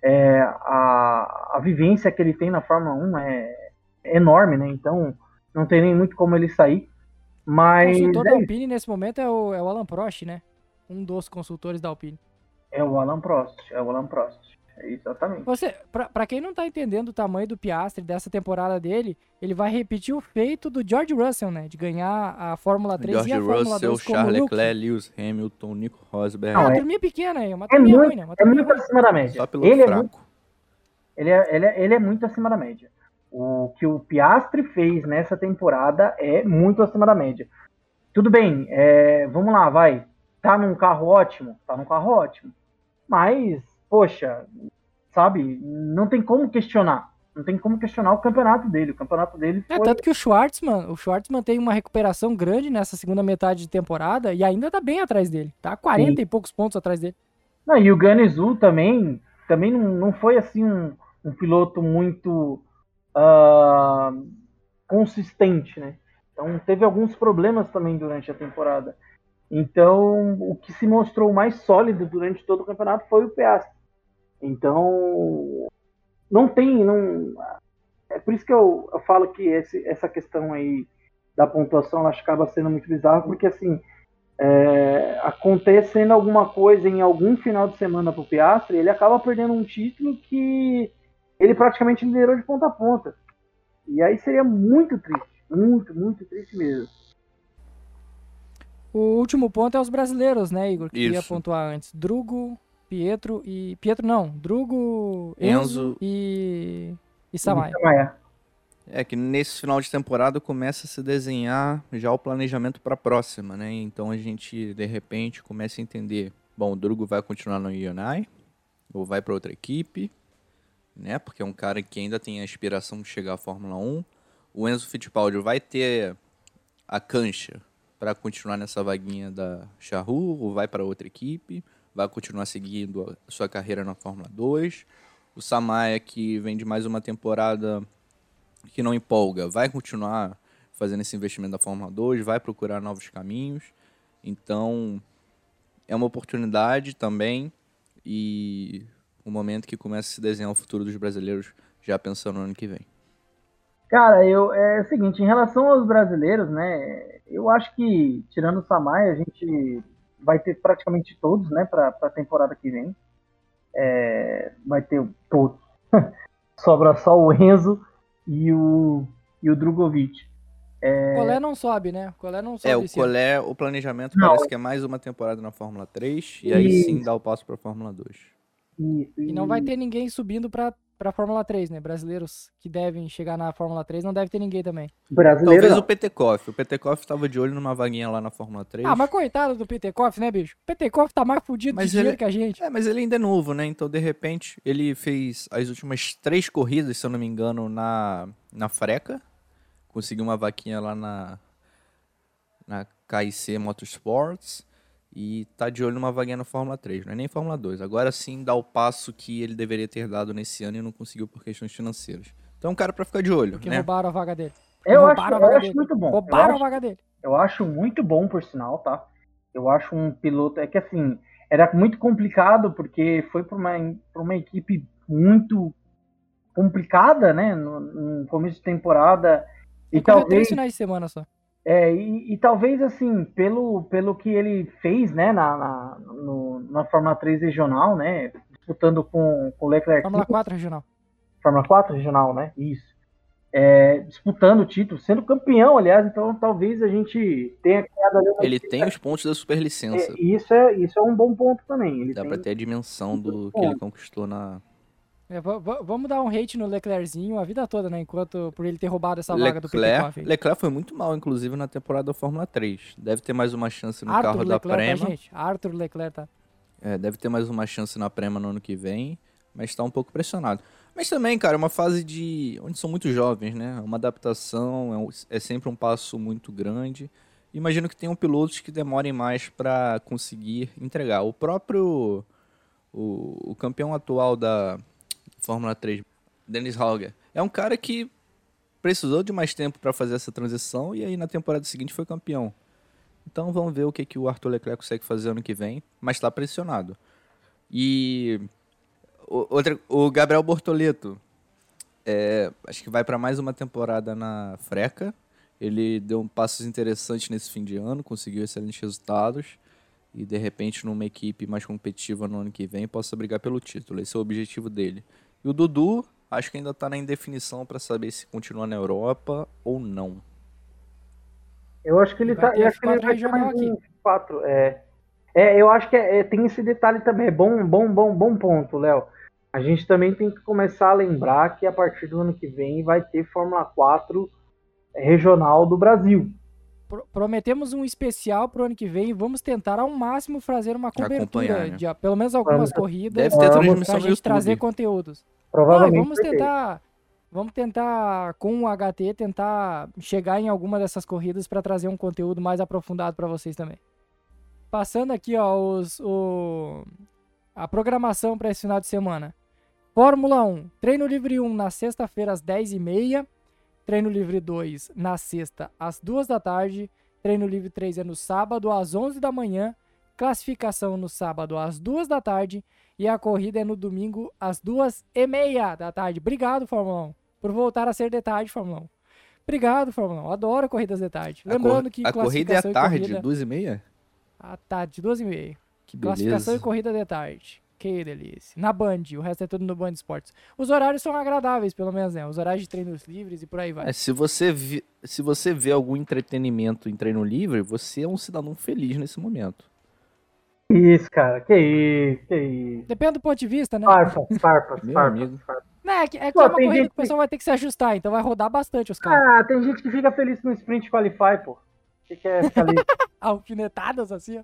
a vivência que ele tem na Fórmula 1 é enorme, né? Então não tem nem muito como ele sair. Mas O consultor da Alpine nesse momento é o Alan Prost, né? Um dos consultores da Alpine. é o Alan Prost. Exatamente. Pra quem não tá entendendo o tamanho do Piastri dessa temporada dele, ele vai repetir o feito do George Russell, né? De ganhar a Fórmula 3 George e a Fórmula Russell, 2 como Charles rookie. Leclerc, Lewis Hamilton, Nico Rosberg. Não, Uma é- turminha pequena aí, uma turminha ruim, né? Uma É turminha muito ruim. acima da média. Só piloto Ele é fraco. muito, ele é muito acima da média. O que o Piastri fez nessa temporada é muito acima da média. Tudo bem, vamos lá, vai. Tá num carro ótimo? Tá num carro ótimo. Mas, poxa, sabe, não tem como questionar. Não tem como questionar o campeonato dele. O campeonato dele foi... Tanto que o Schwartzman tem uma recuperação grande nessa segunda metade de temporada e ainda tá bem atrás dele. Tá 40 e poucos pontos atrás dele. Não, e o Guan Yu Zhou também não foi assim um piloto muito consistente, né? Então teve alguns problemas também durante a temporada. Então o que se mostrou mais sólido durante todo o campeonato foi o Piastri. Então é por isso que eu falo que essa questão aí da pontuação, ela acaba sendo muito bizarra, porque assim, acontecendo alguma coisa em algum final de semana pro Piastri, ele acaba perdendo um título que ele praticamente liderou de ponta a ponta. E aí seria muito triste, muito, muito triste mesmo. O último ponto é os brasileiros, né, Igor? Que ia Isso. pontuar antes. Drugo, Pietro e... Pietro não. Drugo, Enzo e Samaia. É que nesse final de temporada começa a se desenhar já o planejamento para a próxima, né? Então a gente, de repente, começa a entender, bom, o Drugo vai continuar no Hyundai ou vai para outra equipe, né? Porque é um cara que ainda tem a aspiração de chegar à Fórmula 1. O Enzo Fittipaldi vai ter a cancha para continuar nessa vaguinha da Charrua ou vai para outra equipe, vai continuar seguindo a sua carreira na Fórmula 2. O Samaia, que vem de mais uma temporada que não empolga, vai continuar fazendo esse investimento da Fórmula 2, vai procurar novos caminhos. Então, é uma oportunidade também e um momento que começa a se desenhar o futuro dos brasileiros já pensando no ano que vem. Cara, é o seguinte, em relação aos brasileiros, né, eu acho que, tirando o Samaia, a gente vai ter praticamente todos, né, para a temporada que vem. Vai ter todos. Sobra só o Enzo e o Drogovic. Colé não sobe, né? Colé não sobe. O Colé, o planejamento Não. parece que é mais uma temporada na Fórmula 3 e aí sim dá o passo para a Fórmula 2. E não vai ter ninguém subindo pra Fórmula 3, né? Brasileiros que devem chegar na Fórmula 3, não deve ter ninguém também. Brasileiro Talvez não. o Petekoff. O Petekoff estava de olho numa vaguinha lá na Fórmula 3. Ah, mas coitado do Petekoff, né, bicho? O Petekoff tá mais fudido de dinheiro que a gente. Mas ele ainda é novo, né? Então, de repente, ele fez as últimas 3 corridas, se eu não me engano, na Freca. Conseguiu uma vaquinha lá na KIC Motorsports. E tá de olho numa vaguinha na Fórmula 3, não é nem Fórmula 2. Agora sim dá o passo que ele deveria ter dado nesse ano e não conseguiu por questões financeiras. Então é um cara pra ficar de olho, Porque né? roubaram a vaga dele. Eu acho muito bom. Roubaram a vaga dele. Eu acho muito bom, por sinal, tá? Eu acho um piloto... É que, assim, era muito complicado, porque foi pra uma equipe muito complicada, né? No começo de temporada. E talvez 3 finais de semana só. E talvez, assim, pelo que ele fez, né, na Fórmula 3 regional, né, disputando com o Leclerc. Fórmula 4 regional. Fórmula 4 regional, né, isso. Disputando o título, sendo campeão, aliás, então talvez a gente tenha criado ali... Ele tem os pontos da superlicença. Isso é um bom ponto também. Dá pra ter a dimensão do que ele conquistou na... Vamos dar um hate no Leclerczinho a vida toda, né? Por ele ter roubado essa vaga do Petekoff. Leclerc foi muito mal, inclusive, na temporada da Fórmula 3. Deve ter mais uma chance no carro da Prema. Tá, gente? Arthur Leclerc, tá? Deve ter mais uma chance na Prema no ano que vem, mas tá um pouco pressionado. Mas também, cara, é uma fase onde são muito jovens, né? Uma adaptação, é sempre um passo muito grande. Imagino que tenham pilotos que demorem mais para conseguir entregar. O próprio... O campeão atual da Fórmula 3, Dennis Hauger, é um cara que precisou de mais tempo para fazer essa transição e aí na temporada seguinte foi campeão. Então vamos ver o que o Arthur Leclerc consegue fazer ano que vem, mas está pressionado. E o Gabriel Bortoleto, acho que vai para mais uma temporada na Freca. Ele deu passos interessantes nesse fim de ano, conseguiu excelentes resultados e de repente numa equipe mais competitiva no ano que vem possa brigar pelo título. Esse é o objetivo dele. E o Dudu, acho que ainda está na indefinição para saber se continua na Europa ou não. Eu acho que ele vai ter mais um 4. Eu acho que tem esse detalhe também. É bom ponto, Léo. A gente também tem que começar a lembrar que a partir do ano que vem vai ter Fórmula 4 regional do Brasil. Prometemos um especial pro ano que vem e vamos tentar ao máximo fazer uma cobertura de pelo menos algumas corridas. Deve ter transmissão pra gente trazer conteúdos. Provavelmente. Vamos tentar com o HT tentar chegar em alguma dessas corridas para trazer um conteúdo mais aprofundado para vocês também. Passando aqui, ó, a programação para esse final de semana. Fórmula 1, treino livre 1 na sexta-feira às 10h30. Treino livre 2 na sexta às 2 da tarde. Treino livre 3 é no sábado às 11 da manhã. Classificação no sábado às 2 da tarde. E a corrida é no domingo às 2h30 da tarde. Obrigado, Fórmula 1, por voltar a ser de tarde, Fórmula 1. Obrigado, Fórmula 1. Adoro corridas de tarde. Lembrando que A corrida é à classificação e tarde, corrida... 2h30? À tarde, 2h30. Que Classificação e beleza. corrida de tarde. Que delícia. Na Band, o resto é tudo no Band Esportes. Os horários são agradáveis, pelo menos, né? Os horários de treinos livres e por aí vai. Se você vê algum entretenimento em treino livre, você é um cidadão feliz nesse momento. Isso, cara. Que isso. Depende do ponto de vista, né? Farpas. Meu amigo. Não, é que é Pô, uma tem corrida gente que o pessoal vai ter que se ajustar, então vai rodar bastante os carros. Ah, tem gente que fica feliz com o Sprint Qualify, pô. Que quer ficar ali. Alfinetadas assim, ó.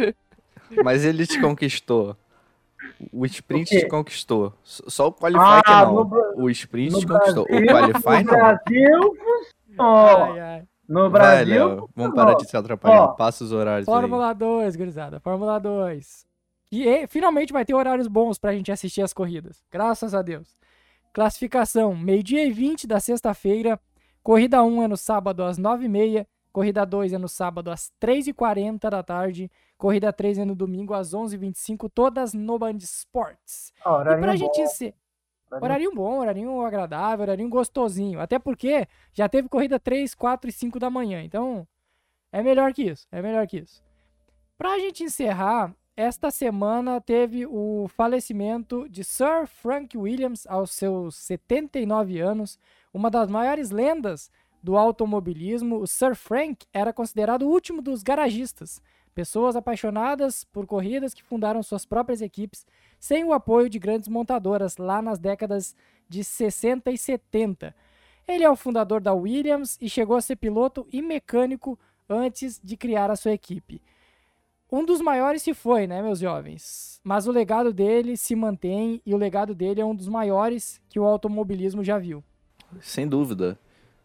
Mas ele te conquistou. O sprint O quê? te conquistou. Só o Qualify que não. O sprint no te conquistou. O Brasil- Qualify no não. Brasil funcionou. Ai, ai. No Vai, Brasil Léo. Vamos funcionou. parar de se atrapalhar. Ó, Passa os horários aí. Fórmula 2, gurizada. Fórmula 2. Finalmente vai ter horários bons pra gente assistir as corridas. Graças a Deus. Classificação: meio-dia e 20 da sexta-feira. Corrida 1 é no sábado às 9h30. Corrida 2 é no sábado às 3h40 da tarde. Corrida 3 é no domingo às 11h25. Todas no Band Esportes. E horário pra bom. gente encerrar. Horarinho bom, horarinho agradável, horarinho gostosinho. Até porque já teve corrida 3, 4 e 5 da manhã. Então, é melhor que isso. É melhor que isso. Pra gente encerrar, esta semana teve o falecimento de Sir Frank Williams aos seus 79 anos. Uma das maiores lendas do automobilismo. O Sir Frank era considerado o último dos garagistas. Pessoas apaixonadas por corridas que fundaram suas próprias equipes sem o apoio de grandes montadoras lá nas décadas de 60 e 70. Ele é o fundador da Williams e chegou a ser piloto e mecânico antes de criar a sua equipe. Um dos maiores se foi, né, meus jovens? Mas o legado dele se mantém e o legado dele é um dos maiores que o automobilismo já viu. Sem dúvida.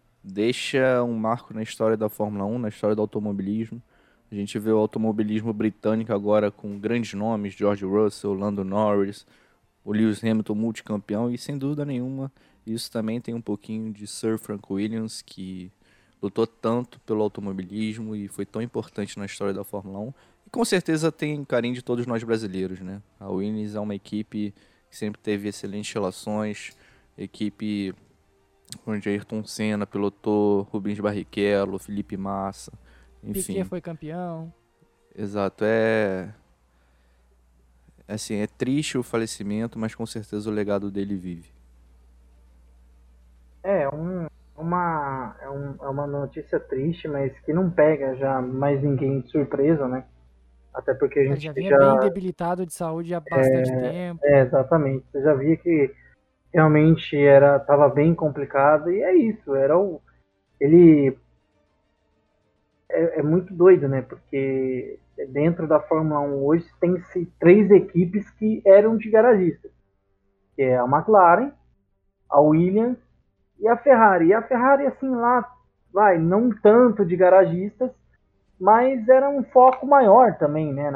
Deixa um marco na história da Fórmula 1, na história do automobilismo. A gente vê o automobilismo britânico agora com grandes nomes, George Russell, Lando Norris, o Lewis Hamilton multicampeão, e sem dúvida nenhuma, isso também tem um pouquinho de Sir Frank Williams, que lutou tanto pelo automobilismo e foi tão importante na história da Fórmula 1. E com certeza tem carinho de todos nós brasileiros, né? A Williams é uma equipe que sempre teve excelentes relações, equipe onde Ayrton Senna pilotou, Rubens Barrichello, Felipe Massa, enfim. Piquet foi campeão. Exato, assim, é triste o falecimento, mas com certeza o legado dele vive. É uma notícia triste, mas que não pega já mais ninguém de surpresa, né? Até porque a Ele gente já vinha bem debilitado de saúde há bastante tempo. exatamente. Você já via que realmente tava bem complicado, e é isso, ele é muito doido, né? Porque dentro da Fórmula 1 hoje tem-se 3 equipes que eram de garagistas, que é a McLaren, a Williams e a Ferrari. E a Ferrari, assim, lá, não tanto de garagistas, mas era um foco maior também, né?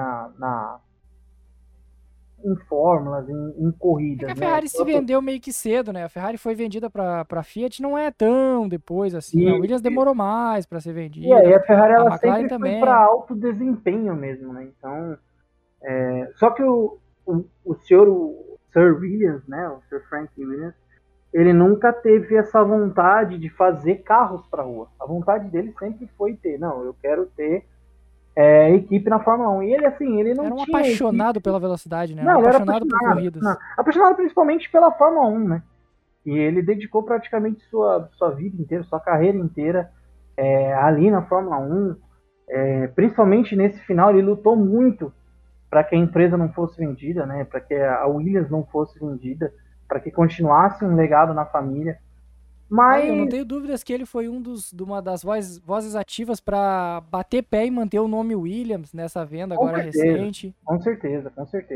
Em fórmulas, em corridas. É que a Ferrari se vendeu meio que cedo, né? A Ferrari foi vendida pra Fiat, não é tão depois assim. A Williams demorou mais pra ser vendida. E aí a Ferrari ela McLaren sempre também. foi para alto desempenho mesmo, né? Então, só que o Sir Williams, né? O Sir Frank Williams, ele nunca teve essa vontade de fazer carros para rua. A vontade dele sempre foi eu quero ter equipe na Fórmula 1. E ele, assim, ele não era um tinha apaixonado equipe. pela velocidade, né? Não, Era ele apaixonado por corridas. Apaixonado principalmente pela Fórmula 1, né? E ele dedicou praticamente sua vida inteira, sua carreira inteira ali na Fórmula 1. Principalmente nesse final, ele lutou muito para que a empresa não fosse vendida, né? Para que a Williams não fosse vendida, para que continuasse um legado na família. Mas eu não tenho dúvidas que ele foi uma das vozes ativas para bater pé e manter o nome Williams nessa venda agora recente. Com certeza.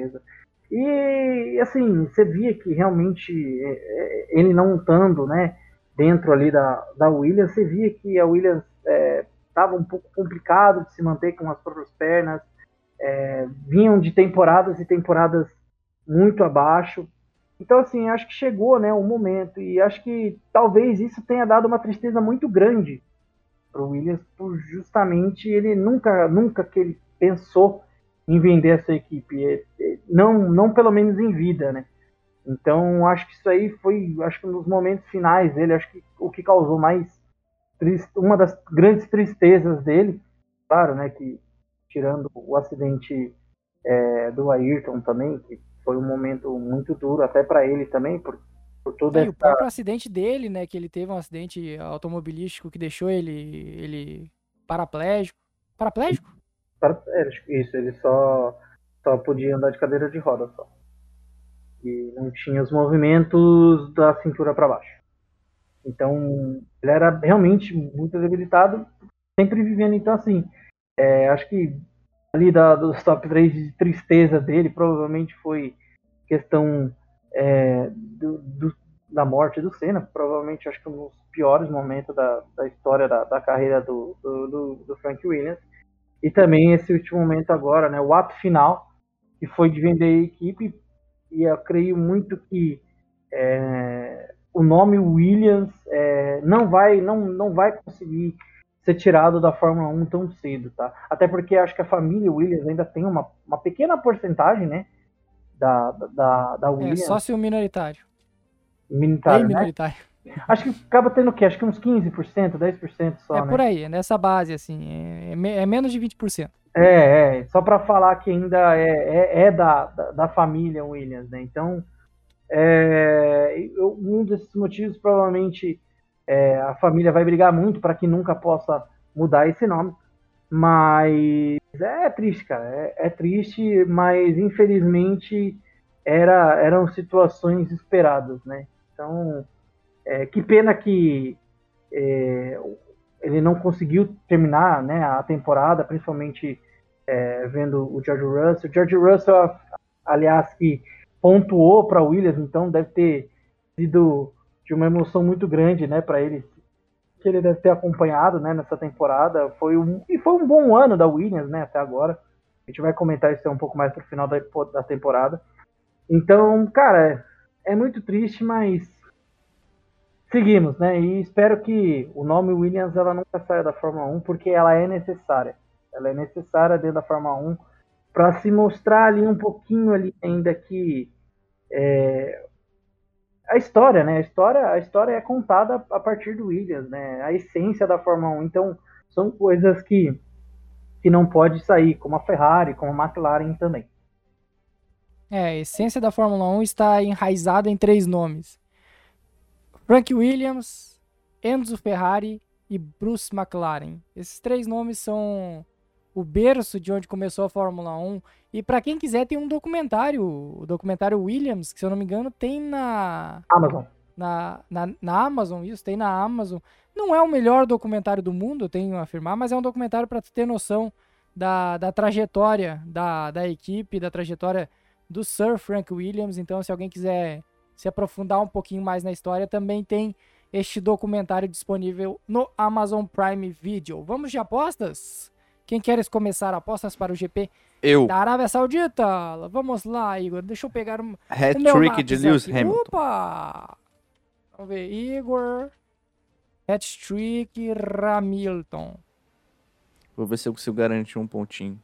E assim, você via que realmente ele não estando, né, dentro ali da Williams, você via que a Williams estava um pouco complicado de se manter com as próprias pernas, vinham de temporadas e temporadas muito abaixo. Então, assim, acho que chegou, né, o momento, e acho que talvez isso tenha dado uma tristeza muito grande para o Williams, por justamente ele nunca que ele pensou em vender essa equipe, não pelo menos em vida, né? Então, acho que isso aí foi, acho que nos momentos finais dele, acho que o que causou mais uma das grandes tristezas dele, claro, né, que tirando o acidente do Ayrton também, que foi um momento muito duro até para ele também, por toda E o próprio acidente dele, né, que ele teve um acidente automobilístico que deixou ele paraplégico. Paraplégico? Isso, ele só podia andar de cadeira de roda só. E não tinha os movimentos da cintura para baixo. Então, ele era realmente muito debilitado, sempre vivendo. Então, assim, acho que ali dos top 3 de tristeza dele, provavelmente foi questão da morte do Senna. Provavelmente, acho que um dos piores momentos da história da carreira do Frank Williams. E também esse último momento agora, né, o ato final, que foi de vender a equipe. E eu creio muito que o nome Williams não vai conseguir ser tirado da Fórmula 1 tão cedo, tá? Até porque acho que a família Williams ainda tem uma pequena porcentagem, né, da Williams. Sócio minoritário. Bem minoritário. Acho que acaba tendo o quê? Acho que uns 15%, 10% só, né? Por aí, é nessa base, assim, é menos de 20%. Só para falar que ainda é da família Williams, né? Então, um desses motivos, provavelmente, a família vai brigar muito para que nunca possa mudar esse nome. Mas é triste, cara. É triste, mas infelizmente eram situações esperadas, né? Então, que pena que ele não conseguiu terminar, né, a temporada, principalmente vendo o George Russell. George Russell, aliás, que pontuou para Williams, então deve ter sido de uma emoção muito grande, né, para ele, que ele deve ter acompanhado, né, nessa temporada. Foi um bom ano da Williams, né, até agora. A gente vai comentar isso um pouco mais pro final da temporada. Então, cara, é muito triste, mas seguimos, né? E espero que o nome Williams ela nunca saia da Fórmula 1, porque ela é necessária. Ela é necessária dentro da Fórmula 1 para se mostrar ali um pouquinho ali ainda que a história, né? A história é contada a partir do Williams, né? A essência da Fórmula 1. Então, são coisas que não pode sair, como a Ferrari, como a McLaren também. A essência da Fórmula 1 está enraizada em 3 nomes: Frank Williams, Enzo Ferrari e Bruce McLaren. Esses 3 nomes são o berço de onde começou a Fórmula 1. E para quem quiser, tem um documentário, o documentário Williams, que se eu não me engano tem na Amazon. Na Amazon, isso, tem na Amazon. Não é o melhor documentário do mundo, eu tenho a afirmar, mas é um documentário para tu ter noção da trajetória da equipe, da trajetória do Sir Frank Williams. Então, se alguém quiser se aprofundar um pouquinho mais na história, também tem este documentário disponível no Amazon Prime Video. Vamos de apostas? Quem quer começar apostas para o GP da Arábia Saudita? Vamos lá, Igor. Deixa eu pegar um hat-trick de Lewis Hamilton. Opa! Vamos ver. Igor. Hat-trick Hamilton. Vou ver se eu consigo garantir um pontinho.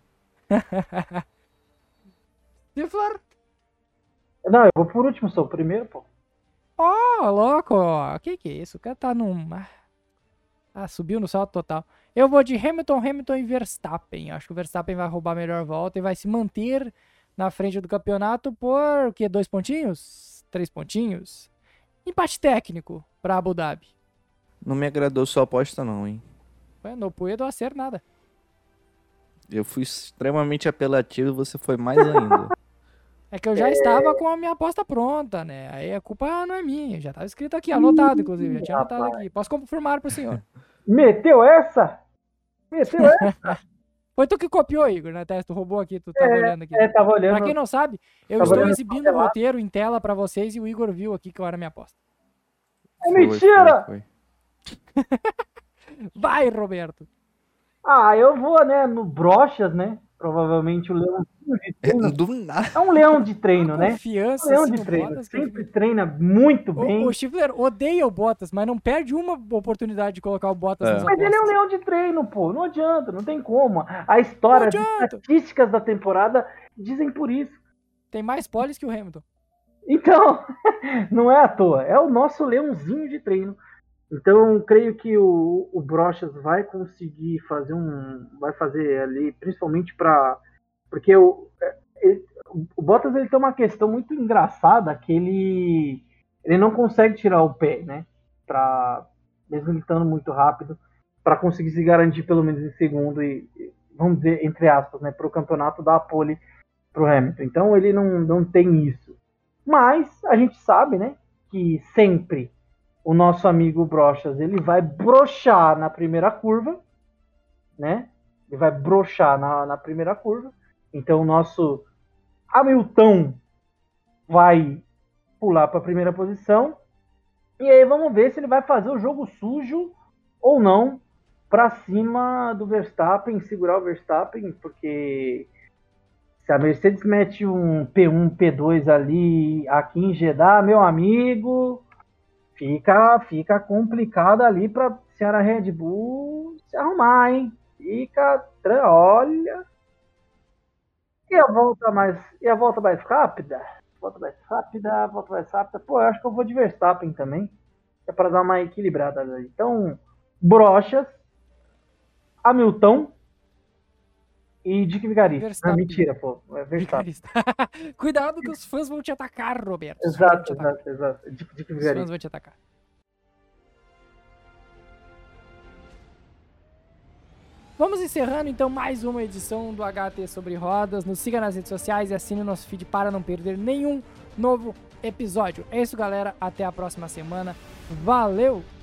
Stifler? Não, eu vou por último, sou o primeiro, pô. Louco. Que é isso? O cara tá num... subiu no salto total. Eu vou de Hamilton e Verstappen. Acho que o Verstappen vai roubar a melhor volta e vai se manter na frente do campeonato por, 2 pontinhos? 3 pontinhos? Empate técnico pra Abu Dhabi. Não me agradou sua aposta não, hein? Não puedo ser nada. Eu fui extremamente apelativo e você foi mais ainda. É que eu já estava com a minha aposta pronta, né? Aí a culpa não é minha. Já estava escrito aqui, anotado, inclusive. Já tinha anotado aqui. Posso confirmar pro senhor. Meteu essa? Foi tu que copiou, Igor, na testa. Tu roubou aqui, tu tava olhando aqui. Tava olhando. Pra quem não sabe, eu estou exibindo o roteiro em tela pra vocês e o Igor viu aqui que eu era minha aposta. É mentira! Foi. Vai, Roberto! Eu vou, né, no Brochas, né? Provavelmente o leãozinho de treino. Do nada. É um leão de treino, né? Confiança, Um leão assim, de no treino. Bottas, Sempre treina muito bem. O Stifler odeia o Bottas, mas não perde uma oportunidade de colocar o Bottas nas Mas apostas. ele é um leão de treino, pô. Não adianta, não tem como. A história, as estatísticas da temporada dizem por isso. Tem mais poles que o Hamilton. Então, não é à toa. É o nosso leãozinho de treino. Então, creio que o Brochas vai conseguir vai fazer ali, principalmente porque o Bottas ele tem uma questão muito engraçada, que ele não consegue tirar o pé, né? Mesmo ele estando muito rápido, para conseguir se garantir pelo menos em segundo e, vamos dizer, entre aspas, né, para o campeonato dar a pole para o Hamilton. Então ele não tem isso. Mas a gente sabe, né, que sempre o nosso amigo Brochas, ele vai brochar na primeira curva, né? Ele vai brochar na primeira curva. Então o nosso Hamilton vai pular para a primeira posição. E aí vamos ver se ele vai fazer o jogo sujo ou não para cima do Verstappen, segurar o Verstappen, porque se a Mercedes mete um P1, P2 ali aqui em Jeddah, meu amigo, fica complicado ali para a senhora Red Bull se arrumar, hein? Olha. E a volta mais rápida? Volta mais rápida. Pô, eu acho que eu vou de Verstappen também. É para dar uma equilibrada ali. Então, Brochas, Hamilton e Dick Vigarista. Não, mentira, pô. É Verstappen. Cuidado que os fãs vão te atacar, Roberto. Exato. Dick Vigarista. Os fãs vão te atacar. Vamos encerrando então mais uma edição do HT sobre rodas. Nos siga nas redes sociais e assine o nosso feed para não perder nenhum novo episódio. É isso, galera. Até a próxima semana. Valeu!